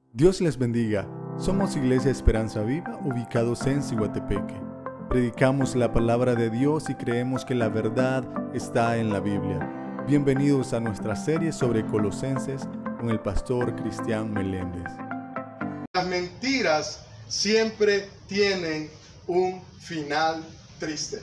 Dios les bendiga. Somos Iglesia Esperanza Viva, ubicados en Ciguatepeque. Predicamos la palabra de Dios y creemos que la verdad está en la Biblia. Bienvenidos a nuestra serie sobre Colosenses con el pastor Cristian Meléndez. Las mentiras siempre tienen un final triste.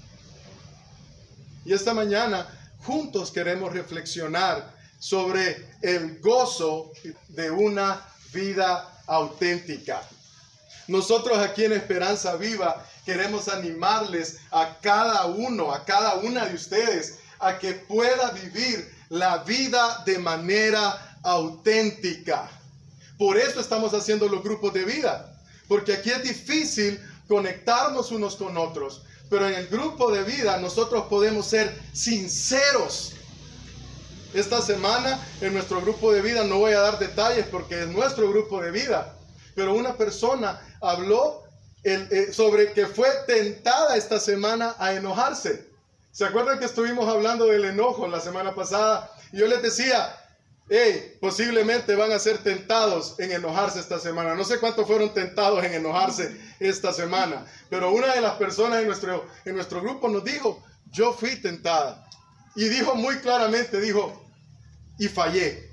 Y esta mañana juntos queremos reflexionar sobre el gozo de una vida auténtica. Nosotros aquí en Esperanza Viva queremos animarles a cada uno, a cada una de ustedes, a que pueda vivir la vida de manera auténtica. Por eso estamos haciendo los grupos de vida, porque aquí es difícil conectarnos unos con otros, pero en el grupo de vida nosotros podemos ser sinceros. Esta semana en nuestro grupo de vida, no voy a dar detalles porque es nuestro grupo de vida, pero una persona habló sobre que fue tentada esta semana a enojarse. ¿Se acuerdan que estuvimos hablando del enojo la semana pasada? Y yo les decía, posiblemente van a ser tentados en enojarse esta semana. No sé cuántos fueron tentados en enojarse esta semana, pero una de las personas en nuestro grupo nos dijo, yo fui tentada. Y dijo muy claramente, y fallé.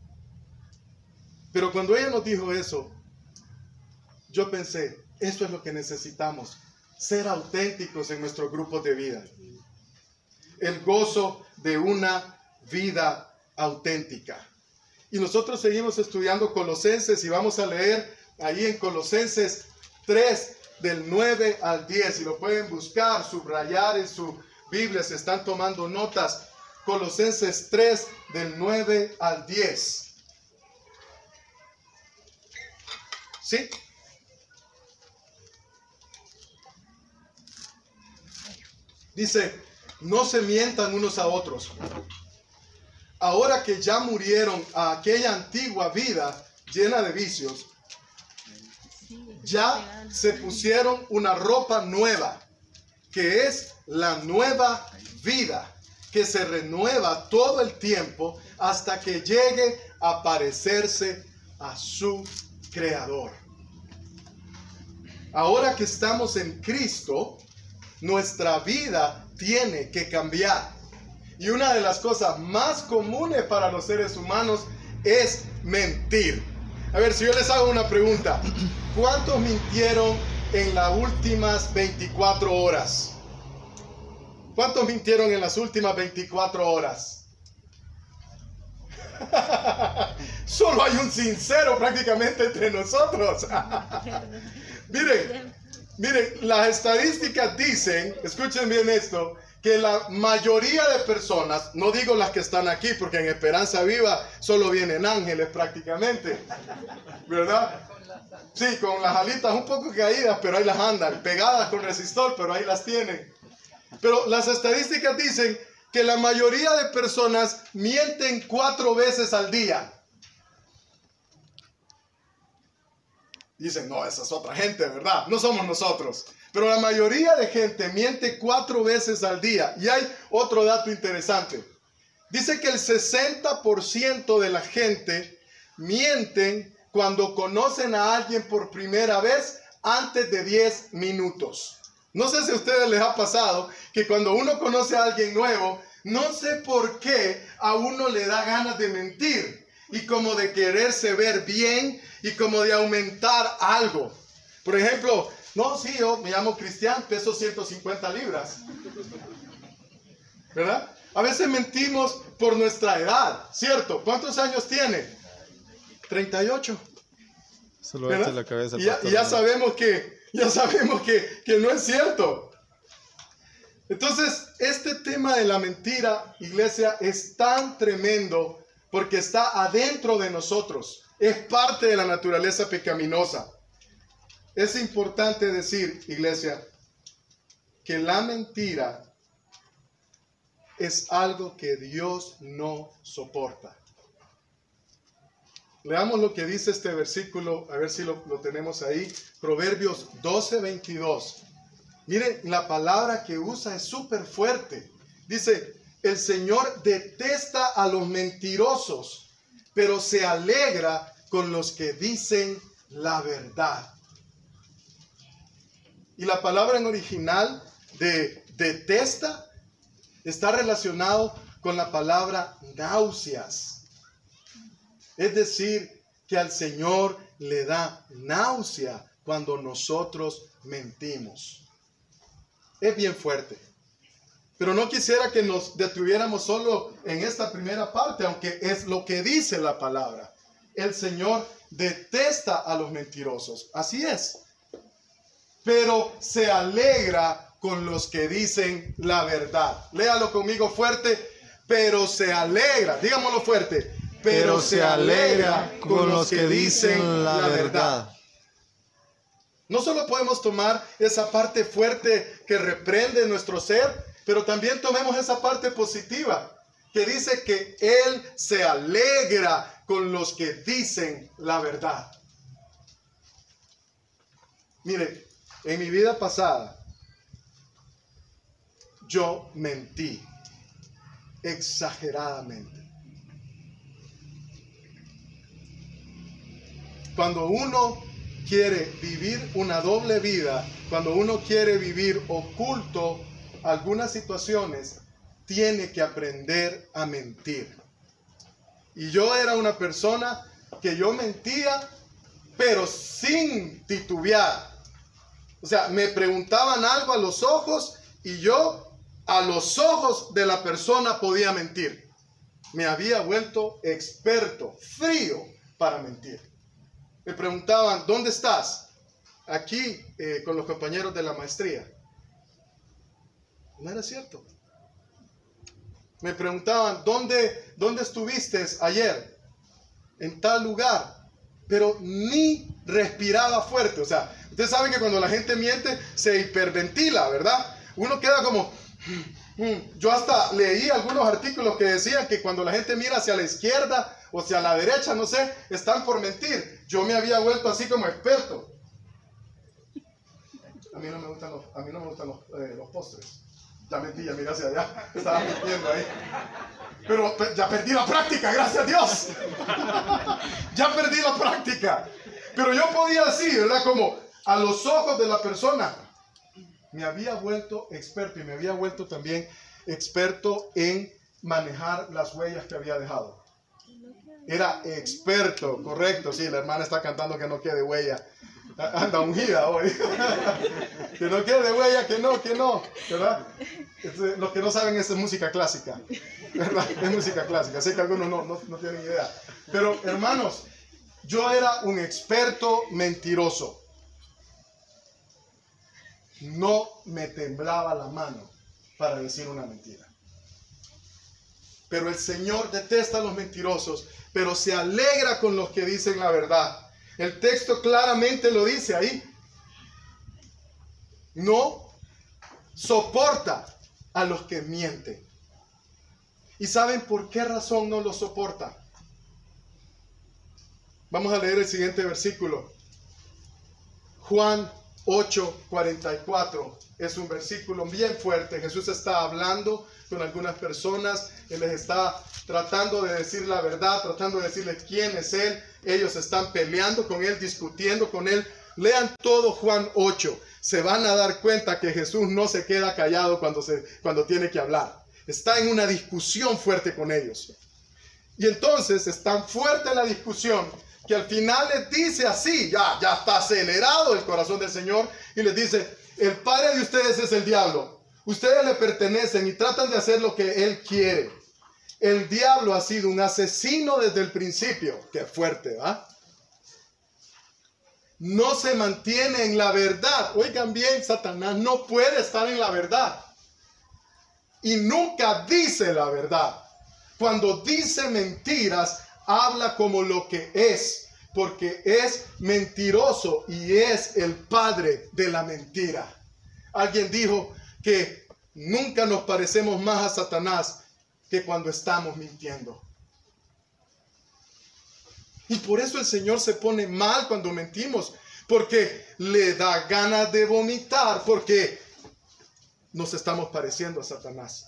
Pero cuando ella nos dijo eso, yo pensé, eso es lo que necesitamos, ser auténticos en nuestros grupos de vida. El gozo de una vida auténtica. Y nosotros seguimos estudiando Colosenses y vamos a leer ahí en Colosenses 3 del 9 al 10. Y lo pueden buscar, subrayar en su Biblia, se están tomando notas. Colosenses 3 del 9 al 10. ¿Sí? Dice, no se mientan unos a otros. Ahora que ya murieron a aquella antigua vida llena de vicios, ya se pusieron una ropa nueva, que es la nueva vida, que se renueva todo el tiempo hasta que llegue a parecerse a su Creador. Ahora que estamos en Cristo, nuestra vida tiene que cambiar. Y una de las cosas más comunes para los seres humanos es mentir. A ver, si yo les hago una pregunta, ¿cuántos mintieron en las últimas 24 horas? ¿Cuántos mintieron en las últimas 24 horas? Solo hay un sincero prácticamente entre nosotros. Miren, las estadísticas dicen, escuchen bien esto, que la mayoría de personas, no digo las que están aquí, porque en Esperanza Viva solo vienen ángeles prácticamente, ¿verdad? Sí, con las alitas un poco caídas, pero ahí las andan, pegadas con resistor, pero ahí las tienen. Pero las estadísticas dicen que la mayoría de personas mienten 4 veces al día. Dicen, no, esa es otra gente, ¿verdad? No somos nosotros. Pero la mayoría de gente miente 4 veces al día. Y hay otro dato interesante. Dice que el 60% de la gente mienten cuando conocen a alguien por primera vez antes de 10 minutos. No sé si a ustedes les ha pasado que cuando uno conoce a alguien nuevo, no sé por qué a uno le da ganas de mentir y como de quererse ver bien y como de aumentar algo. Por ejemplo, no, sí, yo me llamo Cristian, peso 150 libras. ¿Verdad? A veces mentimos por nuestra edad, ¿cierto? ¿Cuántos años tiene? 38. Solo echa la cabeza. Y ya sabemos que no es cierto. Entonces, este tema de la mentira, iglesia, es tan tremendo porque está adentro de nosotros. Es parte de la naturaleza pecaminosa. Es importante decir, iglesia, que la mentira es algo que Dios no soporta. Leamos lo que dice este versículo, a ver si lo tenemos ahí. Proverbios 12:22. Miren, la palabra que usa es súper fuerte. Dice, el Señor detesta a los mentirosos, pero se alegra con los que dicen la verdad. Y la palabra en original de detesta está relacionado con la palabra náuseas. Es decir, que al Señor le da náusea cuando nosotros mentimos. Es bien fuerte. Pero no quisiera que nos detuviéramos solo en esta primera parte, aunque es lo que dice la palabra. El Señor detesta a los mentirosos. Así es. Pero se alegra con los que dicen la verdad. Léalo conmigo fuerte. Pero se alegra. Dígamelo fuerte. Pero se alegra con los que dicen la verdad. No solo podemos tomar esa parte fuerte que reprende nuestro ser, pero también tomemos esa parte positiva que dice que Él se alegra con los que dicen la verdad. Mire, en mi vida pasada, yo mentí exageradamente. Cuando uno quiere vivir una doble vida, cuando uno quiere vivir oculto algunas situaciones, tiene que aprender a mentir. Y yo era una persona que yo mentía, pero sin titubear. O sea, me preguntaban algo a los ojos y yo a los ojos de la persona podía mentir. Me había vuelto experto, frío para mentir. Me preguntaban, ¿dónde estás? Aquí con los compañeros de la maestría. No era cierto. Me preguntaban, ¿dónde estuviste ayer? En tal lugar. Pero ni respiraba fuerte. O sea, ustedes saben que cuando la gente miente se hiperventila, ¿verdad? Uno queda como... Yo hasta leí algunos artículos que decían que cuando la gente mira hacia la izquierda o hacia la derecha, no sé, están por mentir. Yo me había vuelto así como experto. A mí no me gustan los postres. Ya mentí, ya miré hacia allá. Estaba mintiendo ahí. Pero ya perdí la práctica, gracias a Dios. Ya perdí la práctica. Pero yo podía así, ¿verdad? Como a los ojos de la persona. Me había vuelto experto y me había vuelto también experto en manejar las huellas que había dejado. Era experto, correcto. Sí, la hermana está cantando que no quede huella. Anda ungida hoy. Que no quede huella, que no, ¿verdad? Los que no saben, es música clásica, ¿verdad? Es música clásica. Sé que algunos no tienen idea. Pero, hermanos, yo era un experto mentiroso. No me temblaba la mano para decir una mentira. Pero el Señor detesta a los mentirosos, pero se alegra con los que dicen la verdad. El texto claramente lo dice ahí. No soporta a los que mienten. ¿Y saben por qué razón no los soporta? Vamos a leer el siguiente versículo. Juan 8:44 es un versículo bien fuerte. Jesús está hablando con algunas personas. Él les está tratando de decir la verdad, tratando de decirles quién es Él. Ellos están peleando con Él, discutiendo con Él. Lean todo Juan 8. Se van a dar cuenta que Jesús no se queda callado cuando tiene que hablar. Está en una discusión fuerte con ellos. Y entonces es tan fuerte la discusión que al final les dice así, ya está acelerado el corazón del Señor, y les dice, el padre de ustedes es el diablo. Ustedes le pertenecen y tratan de hacer lo que él quiere. El diablo ha sido un asesino desde el principio. Qué fuerte, ¿va? No se mantiene en la verdad. Oigan bien, Satanás no puede estar en la verdad. Y nunca dice la verdad. Cuando dice mentiras, habla como lo que es, porque es mentiroso y es el padre de la mentira. Alguien dijo que nunca nos parecemos más a Satanás que cuando estamos mintiendo. Y por eso el Señor se pone mal cuando mentimos, porque le da ganas de vomitar, porque nos estamos pareciendo a Satanás.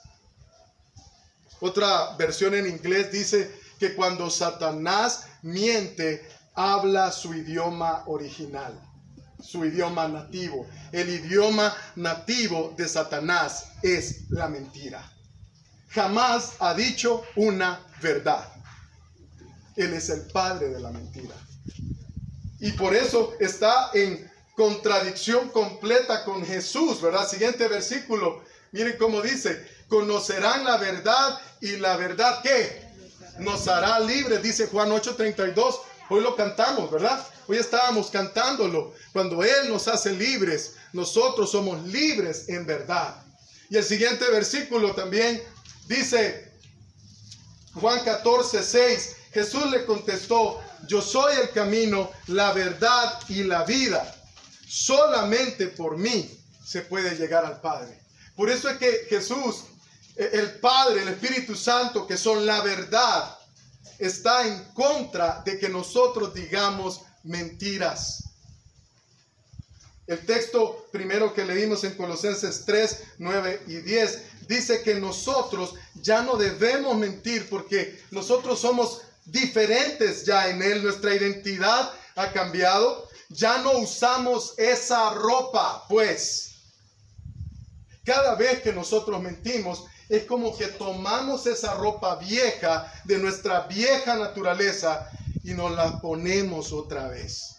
Otra versión en inglés dice que cuando Satanás miente, habla su idioma original, su idioma nativo. El idioma nativo de Satanás es la mentira. Jamás ha dicho una verdad. Él es el padre de la mentira. Y por eso está en contradicción completa con Jesús, ¿verdad? Siguiente versículo. Miren cómo dice: conocerán la verdad y la verdad, ¿qué? Nos hará libres, dice Juan 8:32. Hoy lo cantamos, ¿verdad? Hoy estábamos cantándolo. Cuando Él nos hace libres, nosotros somos libres en verdad. Y el siguiente versículo también dice, Juan 14:6. Jesús le contestó: yo soy el camino, la verdad y la vida. Solamente por mí se puede llegar al Padre. Por eso es que Jesús, el Padre, el Espíritu Santo, que son la verdad, está en contra de que nosotros digamos mentiras. El texto primero que leímos en Colosenses 3, 9 y 10 dice que nosotros ya no debemos mentir porque nosotros somos diferentes ya en Él. Nuestra identidad ha cambiado. Ya no usamos esa ropa, pues. Cada vez que nosotros mentimos, es como que tomamos esa ropa vieja de nuestra vieja naturaleza y nos la ponemos otra vez.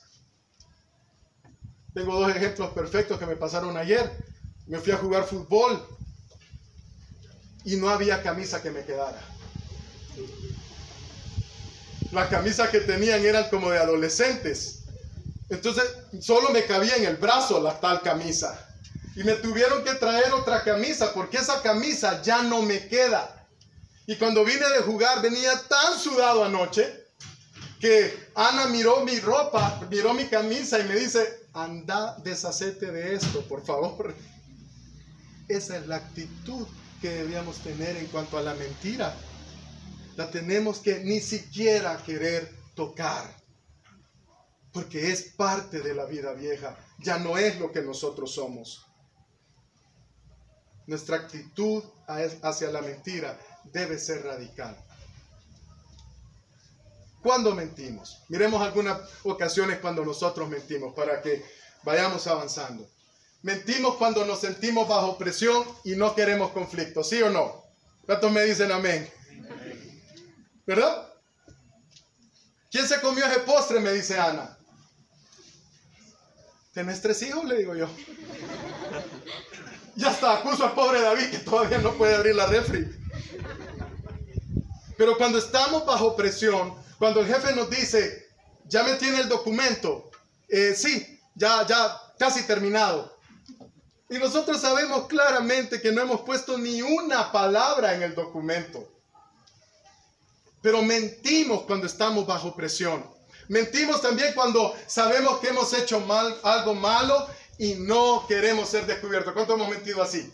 Tengo dos ejemplos perfectos que me pasaron ayer. Me fui a jugar fútbol y no había camisa que me quedara. Las camisas que tenían eran como de adolescentes. Entonces solo me cabía en el brazo la tal camisa. Y me tuvieron que traer otra camisa porque esa camisa ya no me queda. Y cuando vine de jugar venía tan sudado anoche que Ana miró mi ropa, miró mi camisa y me dice: anda, deshacete de esto, por favor. Esa es la actitud que debíamos tener en cuanto a la mentira. La tenemos que ni siquiera querer tocar, porque es parte de la vida vieja. Ya no es lo que nosotros somos. Nuestra actitud hacia la mentira debe ser radical. ¿Cuándo mentimos? Miremos algunas ocasiones cuando nosotros mentimos para que vayamos avanzando. Mentimos cuando nos sentimos bajo presión y no queremos conflicto, ¿sí o no? ¿Cuántos me dicen amén? ¿Verdad? ¿Quién se comió ese postre? Me dice Ana. ¿Tenés 3 hijos? Le digo yo. Ya está, acuso al pobre David que todavía no puede abrir la refri. Pero cuando estamos bajo presión, cuando el jefe nos dice: ya me tiene el documento, sí, ya casi terminado. Y nosotros sabemos claramente que no hemos puesto ni una palabra en el documento. Pero mentimos cuando estamos bajo presión. Mentimos también cuando sabemos que hemos hecho algo malo y no queremos ser descubiertos. ¿Cuánto hemos mentido así?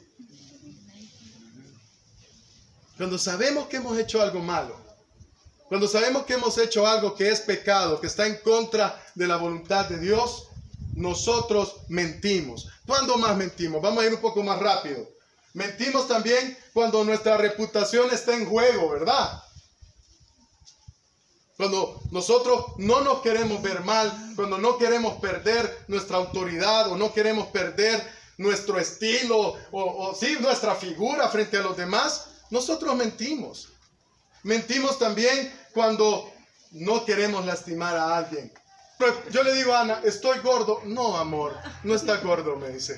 Cuando sabemos que hemos hecho algo malo, cuando sabemos que hemos hecho algo que es pecado, que está en contra de la voluntad de Dios, nosotros mentimos. ¿Cuándo más mentimos? Vamos a ir un poco más rápido. Mentimos también cuando nuestra reputación está en juego, ¿verdad? Cuando nosotros no nos queremos ver mal, cuando no queremos perder nuestra autoridad o no queremos perder nuestro estilo o sí, nuestra figura frente a los demás, nosotros mentimos. Mentimos también cuando no queremos lastimar a alguien. Pero yo le digo a Ana: ¿estoy gordo? No, amor, no está gordo, me dice.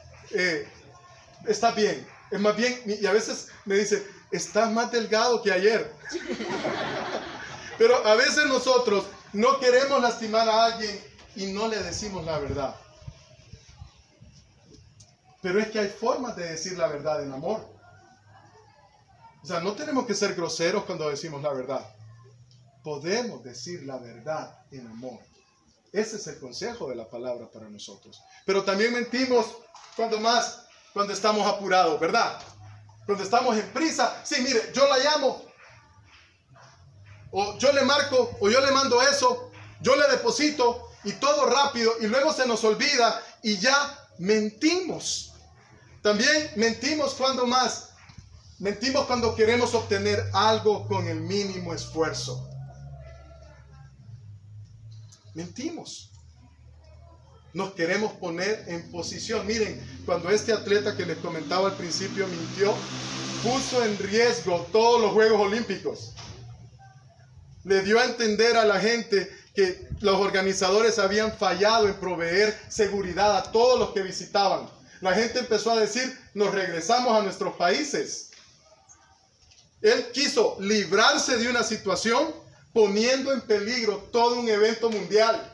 Está bien. Es más bien, y a veces me dice: estás más delgado que ayer. Pero a veces nosotros no queremos lastimar a alguien y no le decimos la verdad. Pero es que hay formas de decir la verdad en amor. O sea, no tenemos que ser groseros cuando decimos la verdad. Podemos decir la verdad en amor. Ese es el consejo de la palabra para nosotros. Pero también mentimos cuando estamos apurados, ¿verdad? Cuando estamos en prisa. Sí, mire, yo la llamo, o yo le marco, o yo le mando eso, yo le deposito y todo rápido, y luego se nos olvida y ya mentimos. También mentimos mentimos cuando queremos obtener algo con el mínimo esfuerzo. mentimos. Nos queremos poner en posición. Miren, cuando este atleta que les comentaba al principio mintió, puso en riesgo todos los Juegos Olímpicos. Le dio a entender a la gente que los organizadores habían fallado en proveer seguridad a todos los que visitaban. La gente empezó a decir, nos regresamos a nuestros países. Él quiso librarse de una situación poniendo en peligro todo un evento mundial.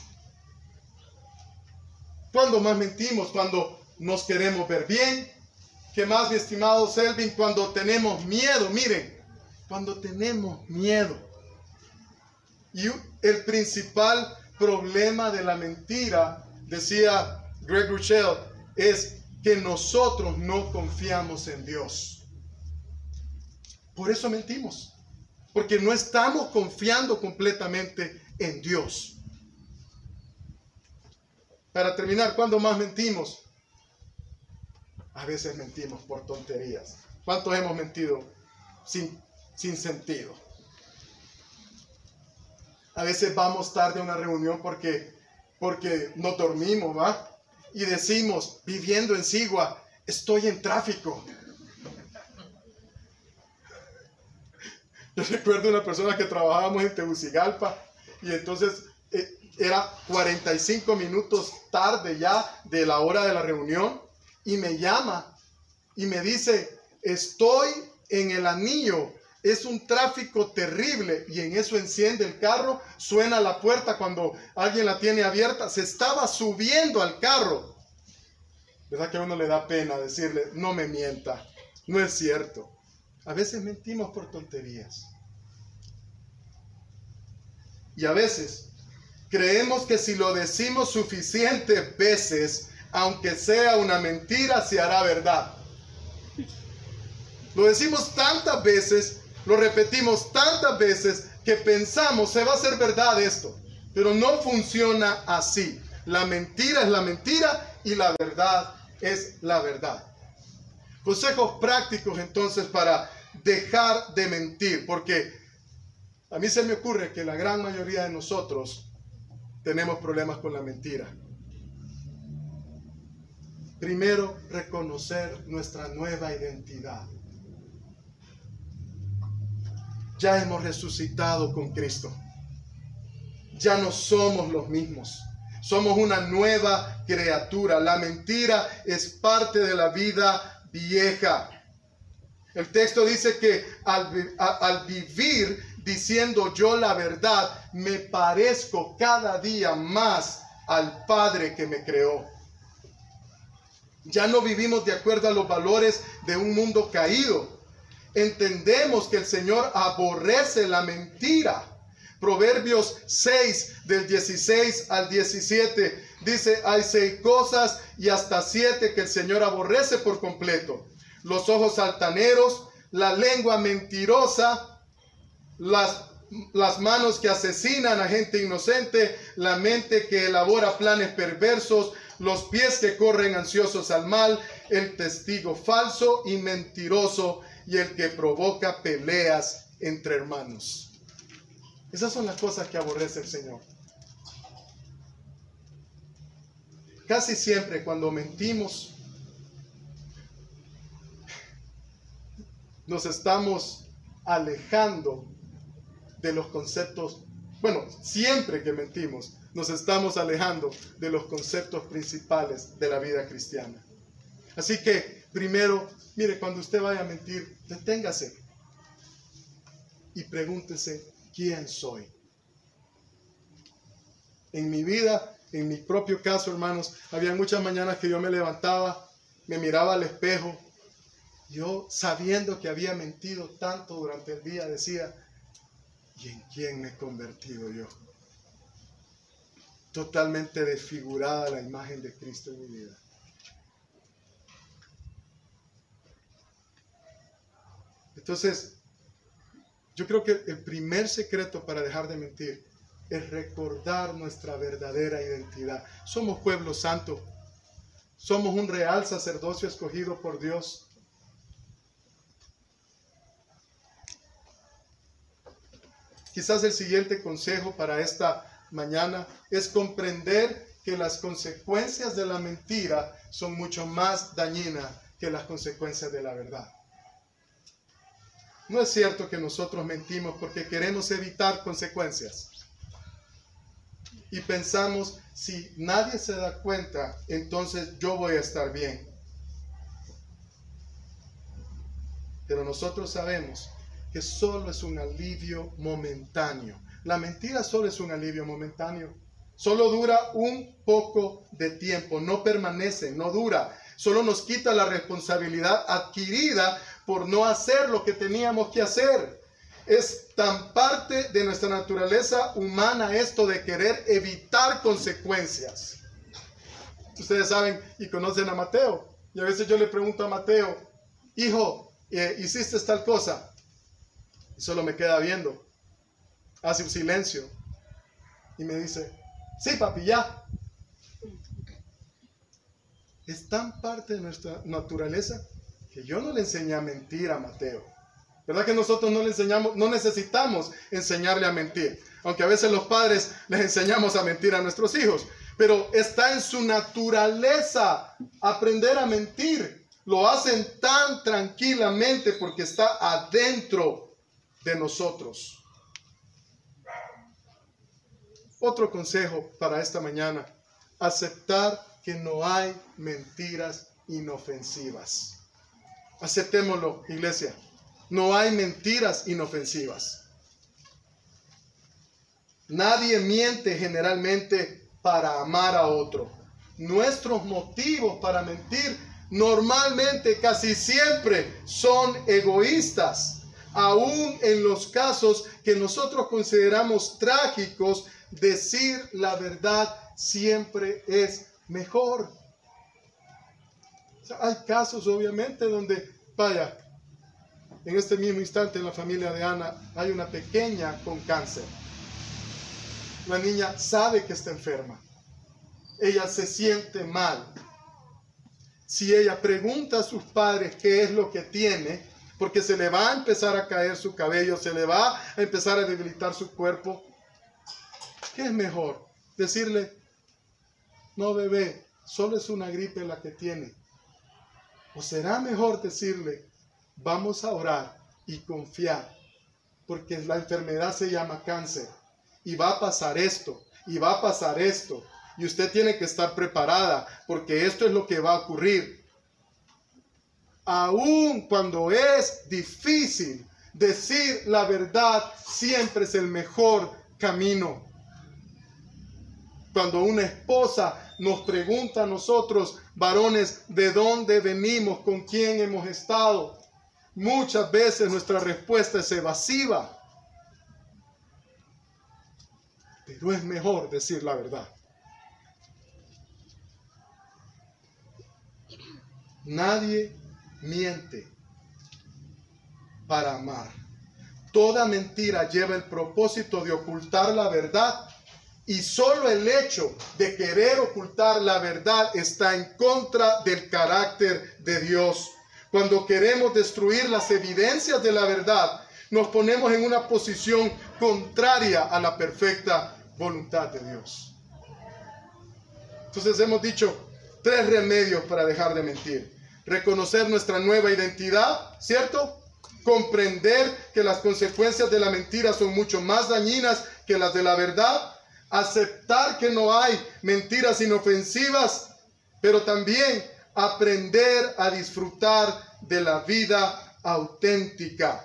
¿Cuándo más mentimos? Cuando nos queremos ver bien. ¿Qué más, mi estimado Selvin? Cuando tenemos miedo. Miren, cuando tenemos miedo. Y el principal problema de la mentira, decía Greg Rochelle, es que nosotros no confiamos en Dios. Por eso mentimos. Porque no estamos confiando completamente en Dios. Para terminar, ¿cuándo más mentimos? A veces mentimos por tonterías. ¿Cuántos hemos mentido sin sentido? A veces vamos tarde a una reunión porque no dormimos, ¿va? Y decimos, viviendo en Sigua, estoy en tráfico. Yo recuerdo una persona que trabajábamos en Tegucigalpa y entonces era 45 minutos tarde ya de la hora de la reunión y me llama y me dice, estoy en el anillo, es un tráfico terrible, y en eso enciende el carro, suena la puerta cuando alguien la tiene abierta, se estaba subiendo al carro. ¿Verdad que a uno le da pena decirle, no me mienta, no es cierto? A veces mentimos por tonterías. Y a veces creemos que si lo decimos suficientes veces, aunque sea una mentira, se hará verdad. Lo decimos tantas veces, lo repetimos tantas veces, que pensamos, se va a hacer verdad esto. Pero no funciona así. La mentira es la mentira y la verdad es la verdad. Consejos prácticos entonces para dejar de mentir, porque a mí se me ocurre que la gran mayoría de nosotros tenemos problemas con la mentira. Primero, reconocer nuestra nueva identidad. Ya hemos resucitado con Cristo. Ya no somos los mismos. Somos una nueva criatura. La mentira es parte de la vida vieja. El texto dice que al vivir diciendo yo la verdad, me parezco cada día más al Padre que me creó. Ya no vivimos de acuerdo a los valores de un mundo caído. Entendemos que el Señor aborrece la mentira. Proverbios 6, del 16 al 17, dice, hay 6 cosas y hasta 7 que el Señor aborrece por completo: los ojos altaneros, la lengua mentirosa, las manos que asesinan a gente inocente, la mente que elabora planes perversos, los pies que corren ansiosos al mal, el testigo falso y mentiroso, y el que provoca peleas entre hermanos. Esas son las cosas que aborrece el Señor. Casi siempre cuando mentimos, nos estamos alejando de los conceptos. Bueno, siempre que mentimos, nos estamos alejando de los conceptos principales de la vida cristiana. Así que, primero, mire, cuando usted vaya a mentir, deténgase y pregúntese, ¿quién soy? En mi vida, en mi propio caso, hermanos, había muchas mañanas que yo me levantaba, me miraba al espejo, yo sabiendo que había mentido tanto durante el día, decía, ¿y en quién me he convertido yo? Totalmente desfigurada la imagen de Cristo en mi vida. Entonces, yo creo que el primer secreto para dejar de mentir es recordar nuestra verdadera identidad. Somos pueblo santo. Somos un real sacerdocio escogido por Dios. Quizás el siguiente consejo para esta mañana es comprender que las consecuencias de la mentira son mucho más dañinas que las consecuencias de la verdad. No es cierto que nosotros mentimos porque queremos evitar consecuencias. Y pensamos, si nadie se da cuenta, entonces yo voy a estar bien. Pero nosotros sabemos que solo es un alivio momentáneo. La mentira solo es un alivio momentáneo. Solo dura un poco de tiempo, no permanece, no dura. Solo nos quita la responsabilidad adquirida por no hacer lo que teníamos que hacer. Es tan parte de nuestra naturaleza humana esto de querer evitar consecuencias. Ustedes saben y conocen a Mateo. Y a veces yo le pregunto a Mateo, hijo, ¿hiciste tal cosa? Y solo me queda viendo. Hace un silencio. Y me dice, sí, papi, ya. Es tan parte de nuestra naturaleza que yo no le enseñé a mentir a Mateo. ¿Verdad que nosotros no le enseñamos, no necesitamos enseñarle a mentir? Aunque a veces los padres les enseñamos a mentir a nuestros hijos. Pero está en su naturaleza aprender a mentir. Lo hacen tan tranquilamente porque está adentro de nosotros. Otro consejo para esta mañana: aceptar que no hay mentiras inofensivas. Aceptémoslo, iglesia. No hay mentiras inofensivas. Nadie miente generalmente para amar a otro. Nuestros motivos para mentir normalmente, casi siempre, son egoístas. Aún en los casos que nosotros consideramos trágicos, decir la verdad siempre es mejor. O sea, hay casos obviamente donde, vaya, en este mismo instante en la familia de Ana hay una pequeña con cáncer. La niña sabe que está enferma. Ella se siente mal. Si ella pregunta a sus padres qué es lo que tiene, porque se le va a empezar a caer su cabello, se le va a empezar a debilitar su cuerpo, ¿qué es mejor? Decirle, no bebé, solo es una gripe la que tiene. ¿O será mejor decirle, vamos a orar y confiar, porque la enfermedad se llama cáncer, y va a pasar esto, y va a pasar esto, y usted tiene que estar preparada, porque esto es lo que va a ocurrir? Aún cuando es difícil, decir la verdad siempre es el mejor camino. Cuando una esposa nos pregunta a nosotros, varones, ¿de dónde venimos? ¿Con quién hemos estado? Muchas veces nuestra respuesta es evasiva. Pero es mejor decir la verdad. Nadie miente para amar. Toda mentira lleva el propósito de ocultar la verdad. Y solo el hecho de querer ocultar la verdad está en contra del carácter de Dios. Cuando queremos destruir las evidencias de la verdad, nos ponemos en una posición contraria a la perfecta voluntad de Dios. Entonces hemos dicho 3 remedios para dejar de mentir. Reconocer nuestra nueva identidad, ¿cierto? Comprender que las consecuencias de la mentira son mucho más dañinas que las de la verdad. Aceptar que no hay mentiras inofensivas, pero también aprender a disfrutar de la vida auténtica.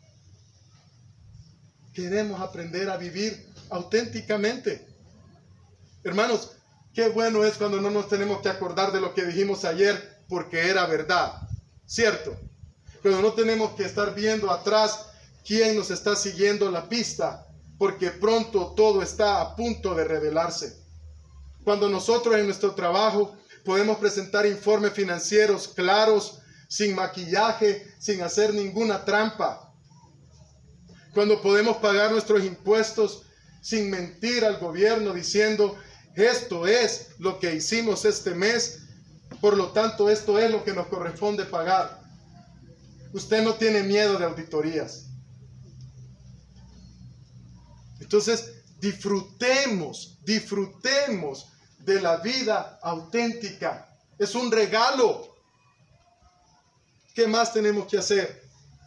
Queremos aprender a vivir auténticamente. Hermanos, qué bueno es cuando no nos tenemos que acordar de lo que dijimos ayer porque era verdad, ¿cierto? Cuando no tenemos que estar viendo atrás quién nos está siguiendo la pista, porque pronto todo está a punto de revelarse. Cuando nosotros en nuestro trabajo podemos presentar informes financieros claros, sin maquillaje, sin hacer ninguna trampa. Cuando podemos pagar nuestros impuestos sin mentir al gobierno diciendo, esto es lo que hicimos este mes, por lo tanto esto es lo que nos corresponde pagar. Usted no tiene miedo de auditorías. Entonces, disfrutemos de la vida auténtica. Es un regalo. ¿Qué más tenemos que hacer?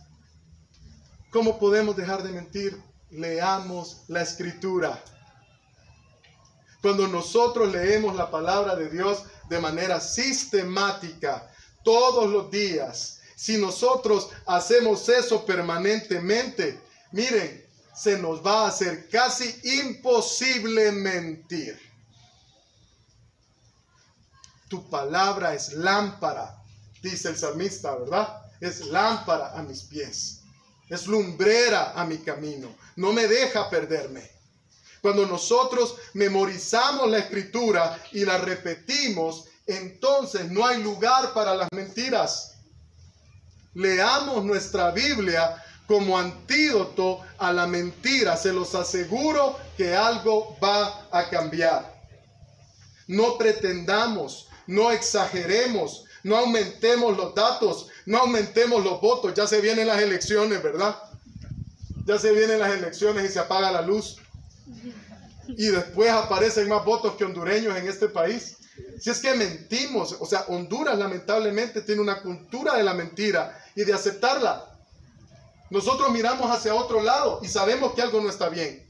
¿Cómo podemos dejar de mentir? Leamos la Escritura. Cuando nosotros leemos la palabra de Dios de manera sistemática, todos los días, si nosotros hacemos eso permanentemente, miren, se nos va a hacer casi imposible mentir. Tu palabra es lámpara, dice el salmista, ¿verdad? Es lámpara a mis pies, es lumbrera a mi camino, no me deja perderme. Cuando nosotros memorizamos la Escritura y la repetimos, entonces no hay lugar para las mentiras. Leamos nuestra Biblia como antídoto a la mentira. Se los aseguro que algo va a cambiar. No pretendamos, no exageremos, no aumentemos los datos, no aumentemos los votos. Ya se vienen las elecciones, ¿verdad? Ya se vienen las elecciones y se apaga la luz. Y después aparecen más votos que hondureños en este país. Si es que mentimos, o sea, Honduras lamentablemente tiene una cultura de la mentira y de aceptarla. Nosotros miramos hacia otro lado y sabemos que algo no está bien.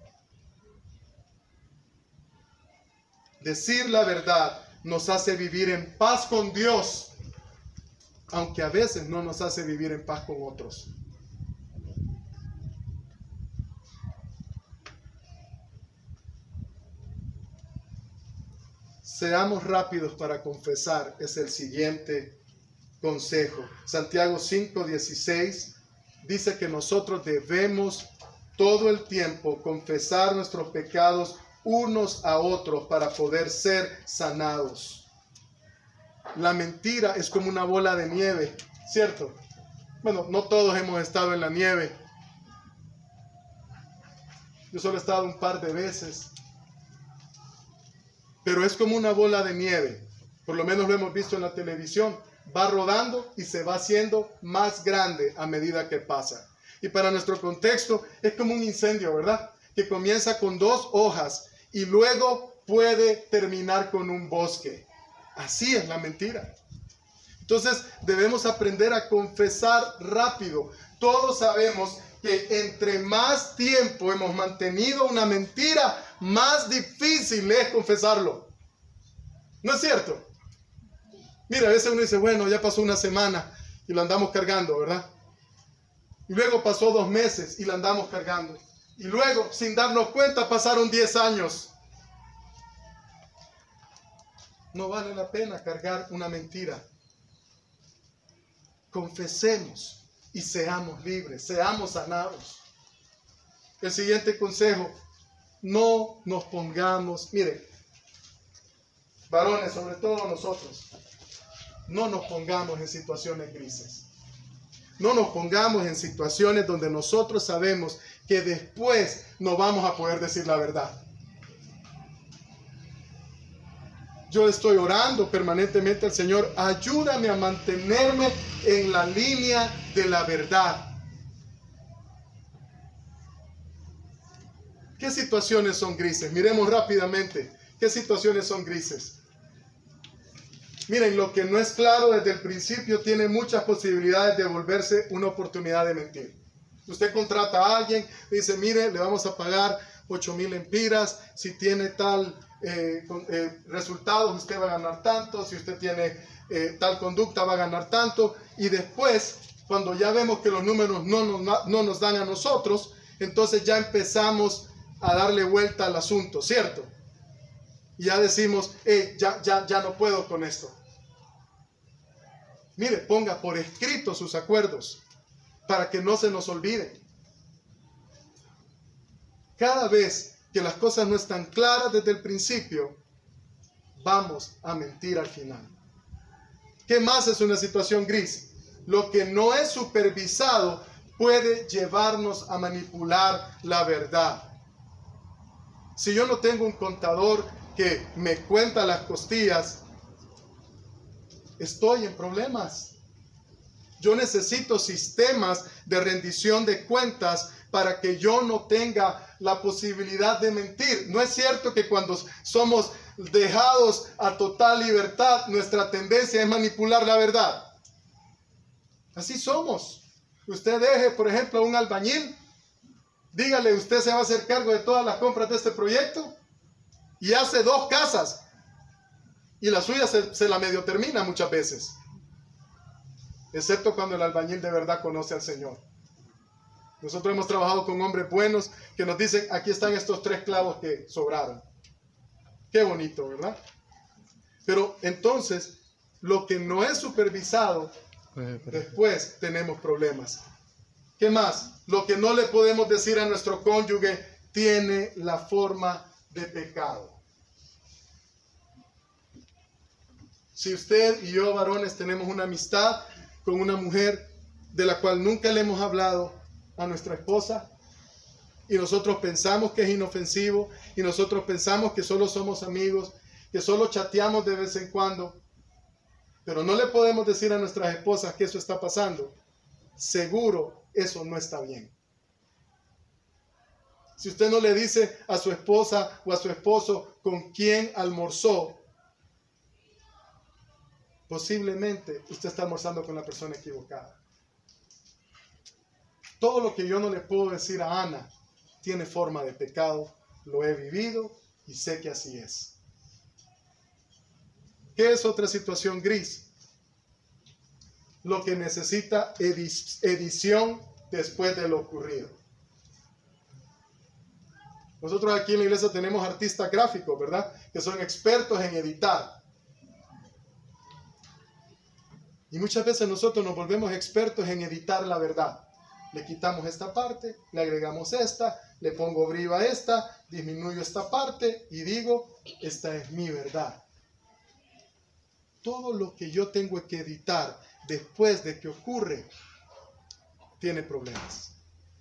Decir la verdad nos hace vivir en paz con Dios, aunque a veces no nos hace vivir en paz con otros. Seamos rápidos para confesar, es el siguiente consejo. Santiago 5:16 dice que nosotros debemos todo el tiempo confesar nuestros pecados unos a otros para poder ser sanados. La mentira es como una bola de nieve, ¿cierto? Bueno, no todos hemos estado en la nieve. Yo solo he estado un par de veces. Pero es como una bola de nieve, por lo menos lo hemos visto en la televisión, va rodando y se va haciendo más grande a medida que pasa. Y para nuestro contexto es como un incendio, ¿verdad? Que comienza con 2 hojas y luego puede terminar con un bosque. Así es la mentira. Entonces debemos aprender a confesar rápido. Todos sabemos que entre más tiempo hemos mantenido una mentira, más difícil es confesarlo. ¿No es cierto? Mira, a veces uno dice, bueno, ya pasó una semana y lo andamos cargando, ¿verdad? Y luego pasó 2 meses y lo andamos cargando. Y luego, sin darnos cuenta, pasaron 10 años. No vale la pena cargar una mentira. Confesemos y seamos libres, seamos sanados. El siguiente consejo, no nos pongamos, miren, varones, sobre todo nosotros, no nos pongamos en situaciones grises. No nos pongamos en situaciones donde nosotros sabemos que después no vamos a poder decir la verdad. Yo estoy orando permanentemente al Señor, ayúdame a mantenerme en la línea de la verdad. ¿Qué situaciones son grises? Miremos rápidamente. ¿Qué situaciones son grises? Miren, lo que no es claro desde el principio tiene muchas posibilidades de volverse una oportunidad de mentir. Usted contrata a alguien, dice, mire, le vamos a pagar 8,000 lempiras, si tiene tal resultados, usted va a ganar tanto, si usted tiene tal conducta, va a ganar tanto, y después, cuando ya vemos que los números no nos dan a nosotros, entonces ya empezamos a darle vuelta al asunto, ¿cierto? Y ya decimos, ya no puedo con esto. Mire, ponga por escrito sus acuerdos para que no se nos olviden. Cada vez que las cosas no están claras desde el principio, vamos a mentir al final. ¿Qué más es una situación gris? Lo que no es supervisado puede llevarnos a manipular la verdad. Si yo no tengo un contador que me cuenta las costillas, estoy en problemas. Yo necesito sistemas de rendición de cuentas para que yo no tenga la posibilidad de mentir. No es cierto que cuando somos dejados a total libertad, nuestra tendencia es manipular la verdad. Así somos. Usted deje, por ejemplo, a un albañil, dígale, usted se va a hacer cargo de todas las compras de este proyecto, y hace 2 casas, y la suya se la medio termina muchas veces, excepto cuando el albañil de verdad conoce al Señor. Nosotros hemos trabajado con hombres buenos que nos dicen, aquí están estos 3 clavos que sobraron. Qué bonito, ¿verdad? Pero entonces, lo que no es supervisado, después tenemos problemas. ¿Qué más? Lo que no le podemos decir a nuestro cónyuge tiene la forma de pecado. Si usted y yo, varones, tenemos una amistad con una mujer de la cual nunca le hemos hablado a nuestra esposa, y nosotros pensamos que es inofensivo, y nosotros pensamos que solo somos amigos, que solo chateamos de vez en cuando, pero no le podemos decir a nuestras esposas que eso está pasando, seguro eso no está bien. Si usted no le dice a su esposa o a su esposo con quién almorzó, posiblemente usted está almorzando con la persona equivocada. Todo lo que yo no le puedo decir a Ana tiene forma de pecado, lo he vivido y sé que así es. ¿Qué es otra situación gris? Lo que necesita edición después de lo ocurrido. Nosotros aquí en la iglesia tenemos artistas gráficos, ¿verdad? Que son expertos en editar. Y muchas veces nosotros nos volvemos expertos en editar la verdad. Le quitamos esta parte, le agregamos esta, le pongo brillo a esta, disminuyo esta parte y digo, esta es mi verdad. Todo lo que yo tengo que editar después de que ocurre, tiene problemas.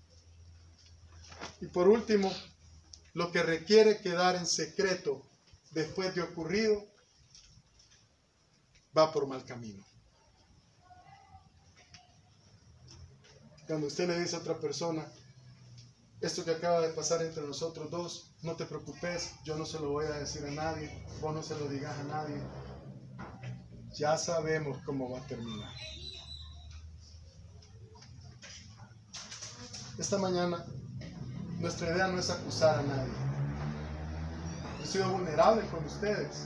Y por último, lo que requiere quedar en secreto después de ocurrido, va por mal camino. Cuando usted le dice a otra persona, esto que acaba de pasar entre nosotros dos, no te preocupes, yo no se lo voy a decir a nadie, vos no se lo digas a nadie, ya sabemos cómo va a terminar. Esta mañana, nuestra idea no es acusar a nadie. He sido vulnerable con ustedes.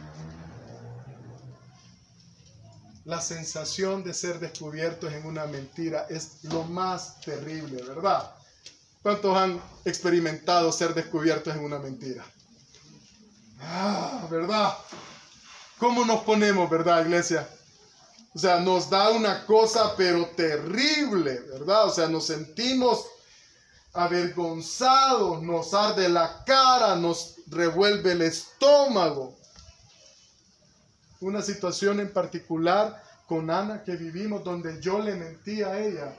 La sensación de ser descubiertos en una mentira es lo más terrible, ¿verdad? ¿Cuántos han experimentado ser descubiertos en una mentira? ¿Verdad? ¿Cómo nos ponemos, verdad, iglesia? O sea, nos da una cosa pero terrible, ¿verdad? O sea, nos sentimos avergonzados, nos arde la cara, nos revuelve el estómago. Una situación en particular con Ana que vivimos donde yo le mentí a ella.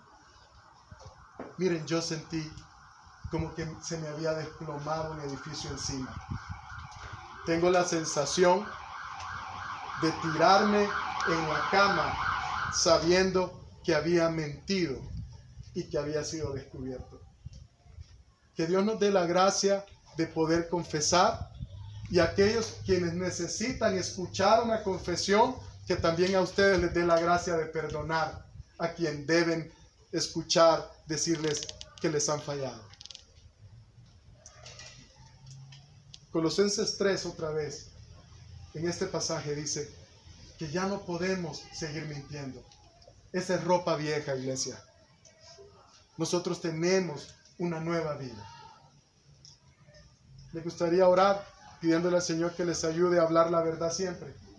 Miren, yo sentí como que se me había desplomado un edificio encima. Tengo la sensación de tirarme en la cama sabiendo que había mentido y que había sido descubierto. Que Dios nos dé la gracia de poder confesar, y aquellos quienes necesitan escuchar una confesión, que también a ustedes les dé la gracia de perdonar a quien deben escuchar decirles que les han fallado. Colosenses 3 otra vez, en este pasaje dice que ya no podemos seguir mintiendo. Esa es ropa vieja, iglesia. Nosotros tenemos una nueva vida. Me gustaría orar pidiéndole al Señor que les ayude a hablar la verdad siempre.